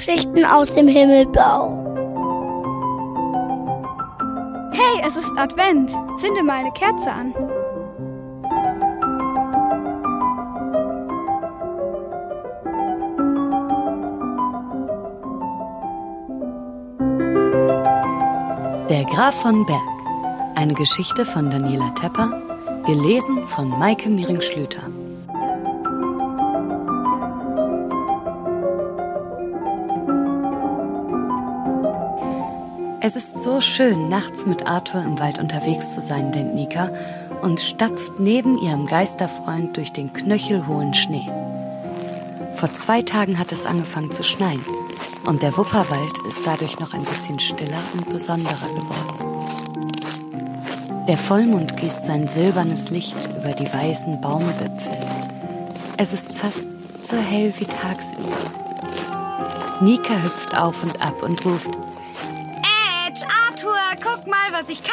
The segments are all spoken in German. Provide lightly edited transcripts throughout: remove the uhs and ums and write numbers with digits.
Geschichten aus dem Himmelblau. Hey, es ist Advent. Zünde mal eine Kerze an. Der Graf von Berg. Eine Geschichte von Daniela Tepper, gelesen von Maike Miering-Schlüter. Es ist so schön, nachts mit Arthur im Wald unterwegs zu sein, denkt Nika, und stapft neben ihrem Geisterfreund durch den knöchelhohen Schnee. Vor 2 Tagen hat es angefangen zu schneien und der Wupperwald ist dadurch noch ein bisschen stiller und besonderer geworden. Der Vollmond gießt sein silbernes Licht über die weißen Baumwipfel. Es ist fast so hell wie tagsüber. Nika hüpft auf und ab und ruft: Arthur, guck mal, was ich kann!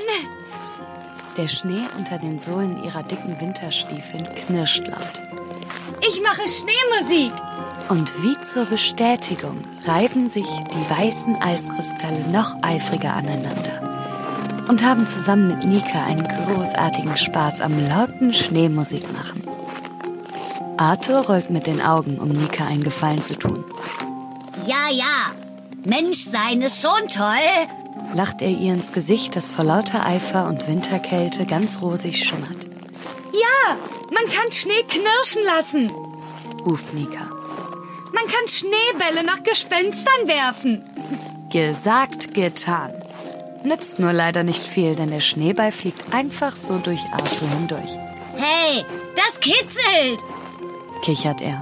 Der Schnee unter den Sohlen ihrer dicken Winterstiefeln knirscht laut. Ich mache Schneemusik! Und wie zur Bestätigung reiben sich die weißen Eiskristalle noch eifriger aneinander und haben zusammen mit Nika einen großartigen Spaß am lauten Schneemusik machen. Arthur rollt mit den Augen, um Nika einen Gefallen zu tun. Ja, Menschsein ist schon toll. Lacht er ihr ins Gesicht, das vor lauter Eifer und Winterkälte ganz rosig schimmert. Ja, man kann Schnee knirschen lassen, ruft Nika. Man kann Schneebälle nach Gespenstern werfen. Gesagt, getan. Nützt nur leider nicht viel, denn der Schneeball fliegt einfach so durch Arthur hindurch. Hey, das kitzelt, kichert er.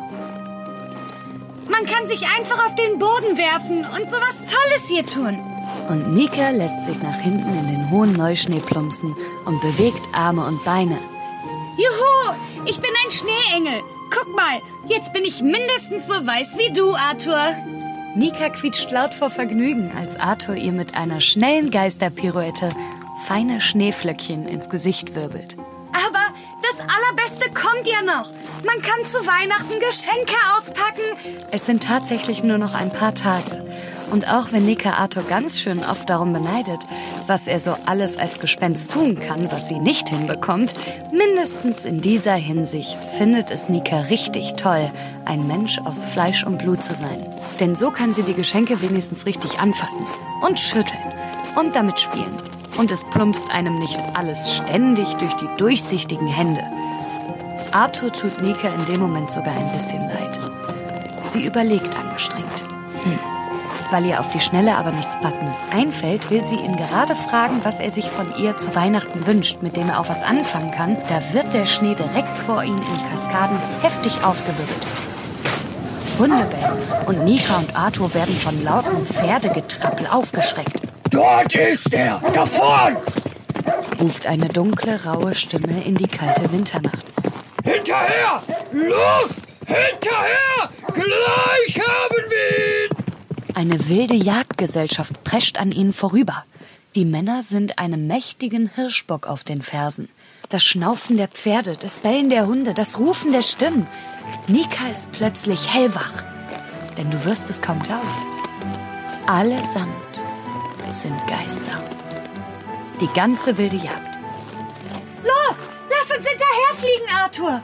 Man kann sich einfach auf den Boden werfen und sowas Tolles hier tun. Und Nika lässt sich nach hinten in den hohen Neuschnee plumpsen und bewegt Arme und Beine. Juhu, ich bin ein Schneeengel. Guck mal, jetzt bin ich mindestens so weiß wie du, Arthur. Nika quietscht laut vor Vergnügen, als Arthur ihr mit einer schnellen Geisterpirouette feine Schneeflöckchen ins Gesicht wirbelt. Aber das Allerbeste kommt ja noch. Man kann zu Weihnachten Geschenke auspacken. Es sind tatsächlich nur noch ein paar Tage. Und auch wenn Nika Arthur ganz schön oft darum beneidet, was er so alles als Gespenst tun kann, was sie nicht hinbekommt, mindestens in dieser Hinsicht findet es Nika richtig toll, ein Mensch aus Fleisch und Blut zu sein. Denn so kann sie die Geschenke wenigstens richtig anfassen und schütteln und damit spielen. Und es plumpst einem nicht alles ständig durch die durchsichtigen Hände. Arthur tut Nika in dem Moment sogar ein bisschen leid. Sie überlegt angestrengt. Weil ihr auf die Schnelle aber nichts Passendes einfällt, will sie ihn gerade fragen, was er sich von ihr zu Weihnachten wünscht, mit dem er auch was anfangen kann. Da wird der Schnee direkt vor ihnen in Kaskaden heftig aufgewirbelt. Hunde bellen und Nika und Arthur werden von lautem Pferdegetrappel aufgeschreckt. Dort ist er! Da vorn! Ruft eine dunkle, raue Stimme in die kalte Winternacht. Hinterher! Los! Hinterher! Gleich haben wir ihn! Eine wilde Jagdgesellschaft prescht an ihnen vorüber. Die Männer sind einem mächtigen Hirschbock auf den Fersen. Das Schnaufen der Pferde, das Bellen der Hunde, das Rufen der Stimmen. Nika ist plötzlich hellwach. Denn du wirst es kaum glauben. Allesamt sind Geister. Die ganze wilde Jagd. Los, lass uns hinterherfliegen, Arthur.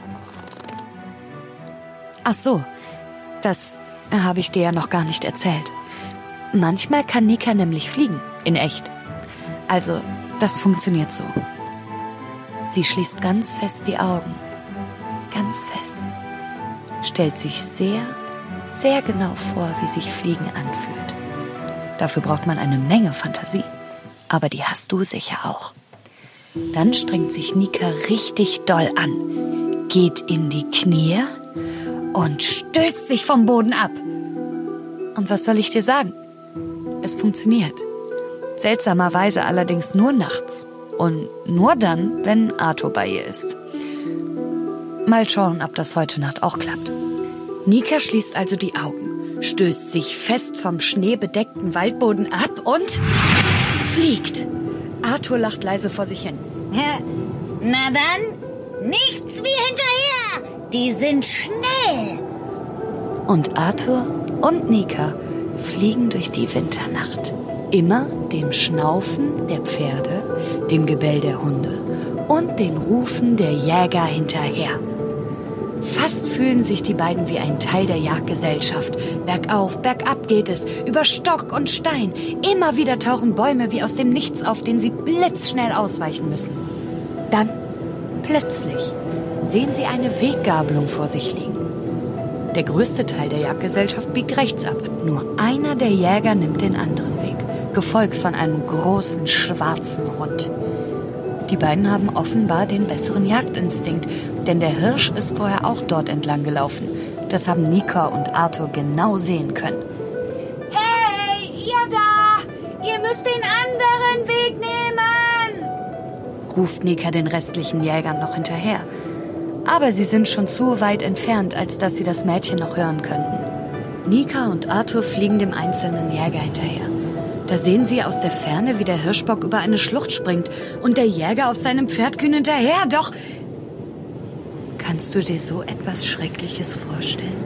Ach so, das habe ich dir ja noch gar nicht erzählt. Manchmal kann Nika nämlich fliegen, in echt. Also, das funktioniert so. Sie schließt ganz fest die Augen. Ganz fest. Stellt sich sehr, sehr genau vor, wie sich Fliegen anfühlt. Dafür braucht man eine Menge Fantasie. Aber die hast du sicher auch. Dann strengt sich Nika richtig doll an, geht in die Knie und stößt sich vom Boden ab. Und was soll ich dir sagen? Es funktioniert. Seltsamerweise allerdings nur nachts. Und nur dann, wenn Arthur bei ihr ist. Mal schauen, ob das heute Nacht auch klappt. Nika schließt also die Augen, stößt sich fest vom schneebedeckten Waldboden ab und fliegt. Arthur lacht leise vor sich hin. Na dann, nichts wie hinterher. Die sind schnell. Und Arthur und Nika fliegen durch die Winternacht. Immer dem Schnaufen der Pferde, dem Gebell der Hunde und den Rufen der Jäger hinterher. Fast fühlen sich die beiden wie ein Teil der Jagdgesellschaft. Bergauf, bergab geht es, über Stock und Stein. Immer wieder tauchen Bäume wie aus dem Nichts auf, denen sie blitzschnell ausweichen müssen. Dann, plötzlich, sehen sie eine Weggabelung vor sich liegen. Der größte Teil der Jagdgesellschaft biegt rechts ab. Nur einer der Jäger nimmt den anderen Weg, gefolgt von einem großen, schwarzen Hund. Die beiden haben offenbar den besseren Jagdinstinkt, denn der Hirsch ist vorher auch dort entlang gelaufen. Das haben Nika und Arthur genau sehen können. Hey, ihr da! Ihr müsst den anderen Weg nehmen! Ruft Nika den restlichen Jägern noch hinterher. Aber sie sind schon zu weit entfernt, als dass sie das Mädchen noch hören könnten. Nika und Arthur fliegen dem einzelnen Jäger hinterher. Da sehen sie aus der Ferne, wie der Hirschbock über eine Schlucht springt und der Jäger auf seinem Pferd kühn hinterher. Doch kannst du dir so etwas Schreckliches vorstellen?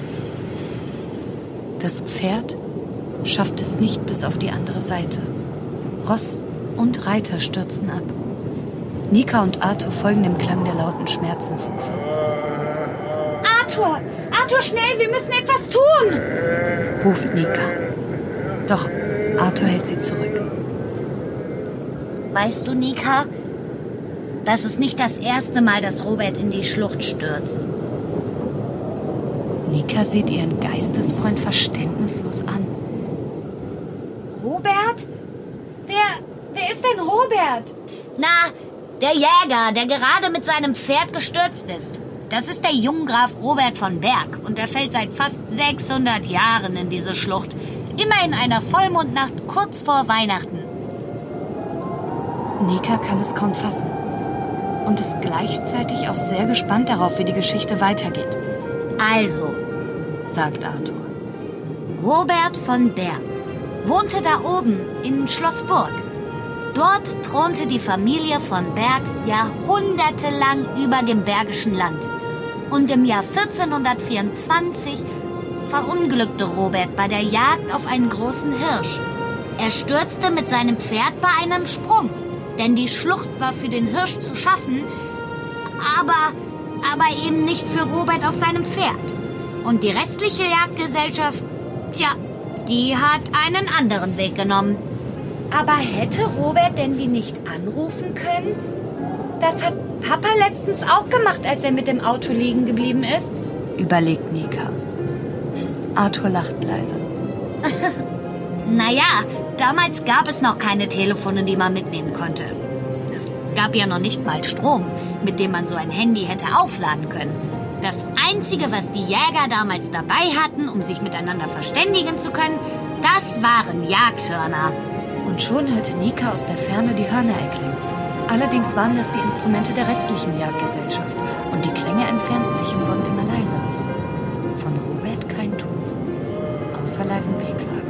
Das Pferd schafft es nicht bis auf die andere Seite. Ross und Reiter stürzen ab. Nika und Arthur folgen dem Klang der lauten Schmerzensrufe. Arthur! Arthur, schnell, wir müssen etwas tun! Ruft Nika. Doch Arthur hält sie zurück. Weißt du, Nika, das ist nicht das erste Mal, dass Robert in die Schlucht stürzt. Nika sieht ihren Geistesfreund verständnislos an. Robert? Wer ist denn Robert? Na, der Jäger, der gerade mit seinem Pferd gestürzt ist. Das ist der Junggraf Robert von Berg und er fällt seit fast 600 Jahren in diese Schlucht. Immer in einer Vollmondnacht kurz vor Weihnachten. Nika kann es kaum fassen und ist gleichzeitig auch sehr gespannt darauf, wie die Geschichte weitergeht. Also, sagt Arthur. Robert von Berg wohnte da oben in Schloss Burg. Dort thronte die Familie von Berg jahrhundertelang über dem Bergischen Land. Und im Jahr 1424 verunglückte Robert bei der Jagd auf einen großen Hirsch. Er stürzte mit seinem Pferd bei einem Sprung, denn die Schlucht war für den Hirsch zu schaffen, aber eben nicht für Robert auf seinem Pferd. Und die restliche Jagdgesellschaft, die hat einen anderen Weg genommen. Aber hätte Robert denn die nicht anrufen können? Das hat Papa letztens auch gemacht, als er mit dem Auto liegen geblieben ist. Überlegt Nika. Arthur lacht leise. Naja, damals gab es noch keine Telefone, die man mitnehmen konnte. Es gab ja noch nicht mal Strom, mit dem man so ein Handy hätte aufladen können. Das Einzige, was die Jäger damals dabei hatten, um sich miteinander verständigen zu können, das waren Jagdhörner. Und schon hörte Nika aus der Ferne die Hörner erklingen. Allerdings waren das die Instrumente der restlichen Jagdgesellschaft. Und die Klänge entfernten sich und wurden immer leiser. Von Robert kein Ton, außer leisen Wehklagen.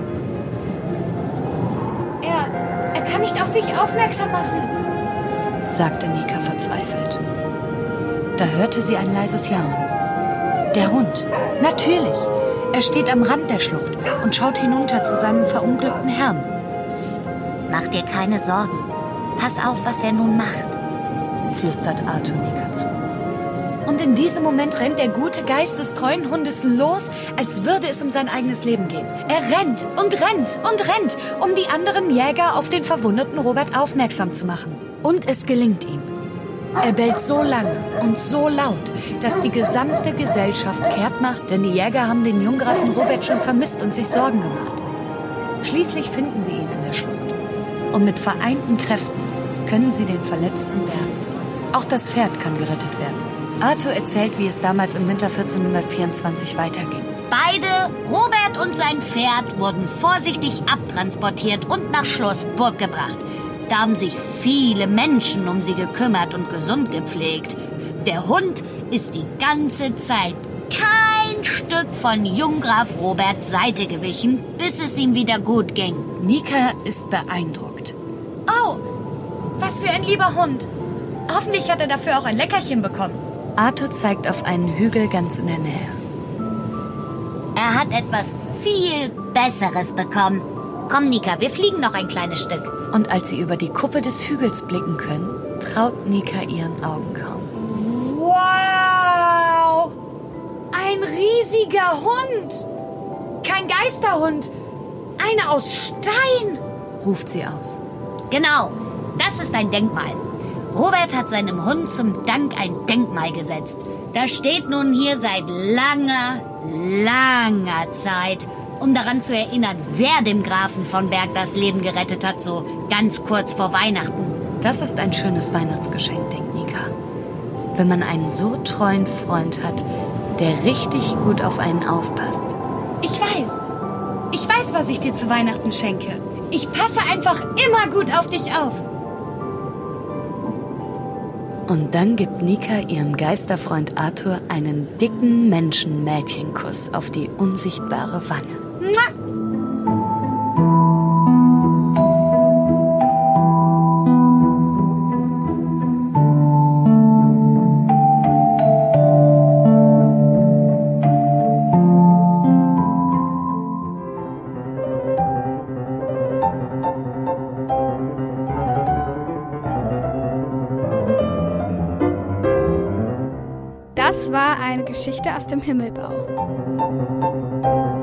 Er kann nicht auf sich aufmerksam machen, sagte Nika verzweifelt. Da hörte sie ein leises Jauen. Der Hund, natürlich. Er steht am Rand der Schlucht und schaut hinunter zu seinem verunglückten Herrn. Psst, mach dir keine Sorgen. Pass auf, was er nun macht, flüstert Arthur Nika zu. Und in diesem Moment rennt der gute Geist des treuen Hundes los, als würde es um sein eigenes Leben gehen. Er rennt und rennt und rennt, um die anderen Jäger auf den verwundeten Robert aufmerksam zu machen. Und es gelingt ihm. Er bellt so lange und so laut, dass die gesamte Gesellschaft kehrt macht, denn die Jäger haben den Junggrafen Robert schon vermisst und sich Sorgen gemacht. Schließlich finden sie ihn in der Schlucht. Und mit vereinten Kräften können sie den Verletzten bergen. Auch das Pferd kann gerettet werden. Arthur erzählt, wie es damals im Winter 1424 weiterging. Beide, Robert und sein Pferd, wurden vorsichtig abtransportiert und nach Schloss Burg gebracht. Da haben sich viele Menschen um sie gekümmert und gesund gepflegt. Der Hund ist die ganze Zeit kein Stück von Junggraf Roberts Seite gewichen, bis es ihm wieder gut ging. Nika ist beeindruckt. Oh, was für ein lieber Hund. Hoffentlich hat er dafür auch ein Leckerchen bekommen. Arthur zeigt auf einen Hügel ganz in der Nähe. Er hat etwas viel Besseres bekommen. Komm, Nika, wir fliegen noch ein kleines Stück. Und als sie über die Kuppe des Hügels blicken können, traut Nika ihren Augen kaum. Wow! Ein riesiger Hund! Kein Geisterhund! Einer aus Stein! Ruft sie aus. Genau, das ist ein Denkmal. Robert hat seinem Hund zum Dank ein Denkmal gesetzt. Das steht nun hier seit langer, langer Zeit, um daran zu erinnern, wer dem Grafen von Berg das Leben gerettet hat, so ganz kurz vor Weihnachten. Das ist ein schönes Weihnachtsgeschenk, denkt Nika. Wenn man einen so treuen Freund hat, der richtig gut auf einen aufpasst. Ich weiß, was ich dir zu Weihnachten schenke. Ich passe einfach immer gut auf dich auf. Und dann gibt Nika ihrem Geisterfreund Arthur einen dicken Menschen-Mädchenkuss auf die unsichtbare Wange. Das war eine Geschichte aus dem Himmelbau.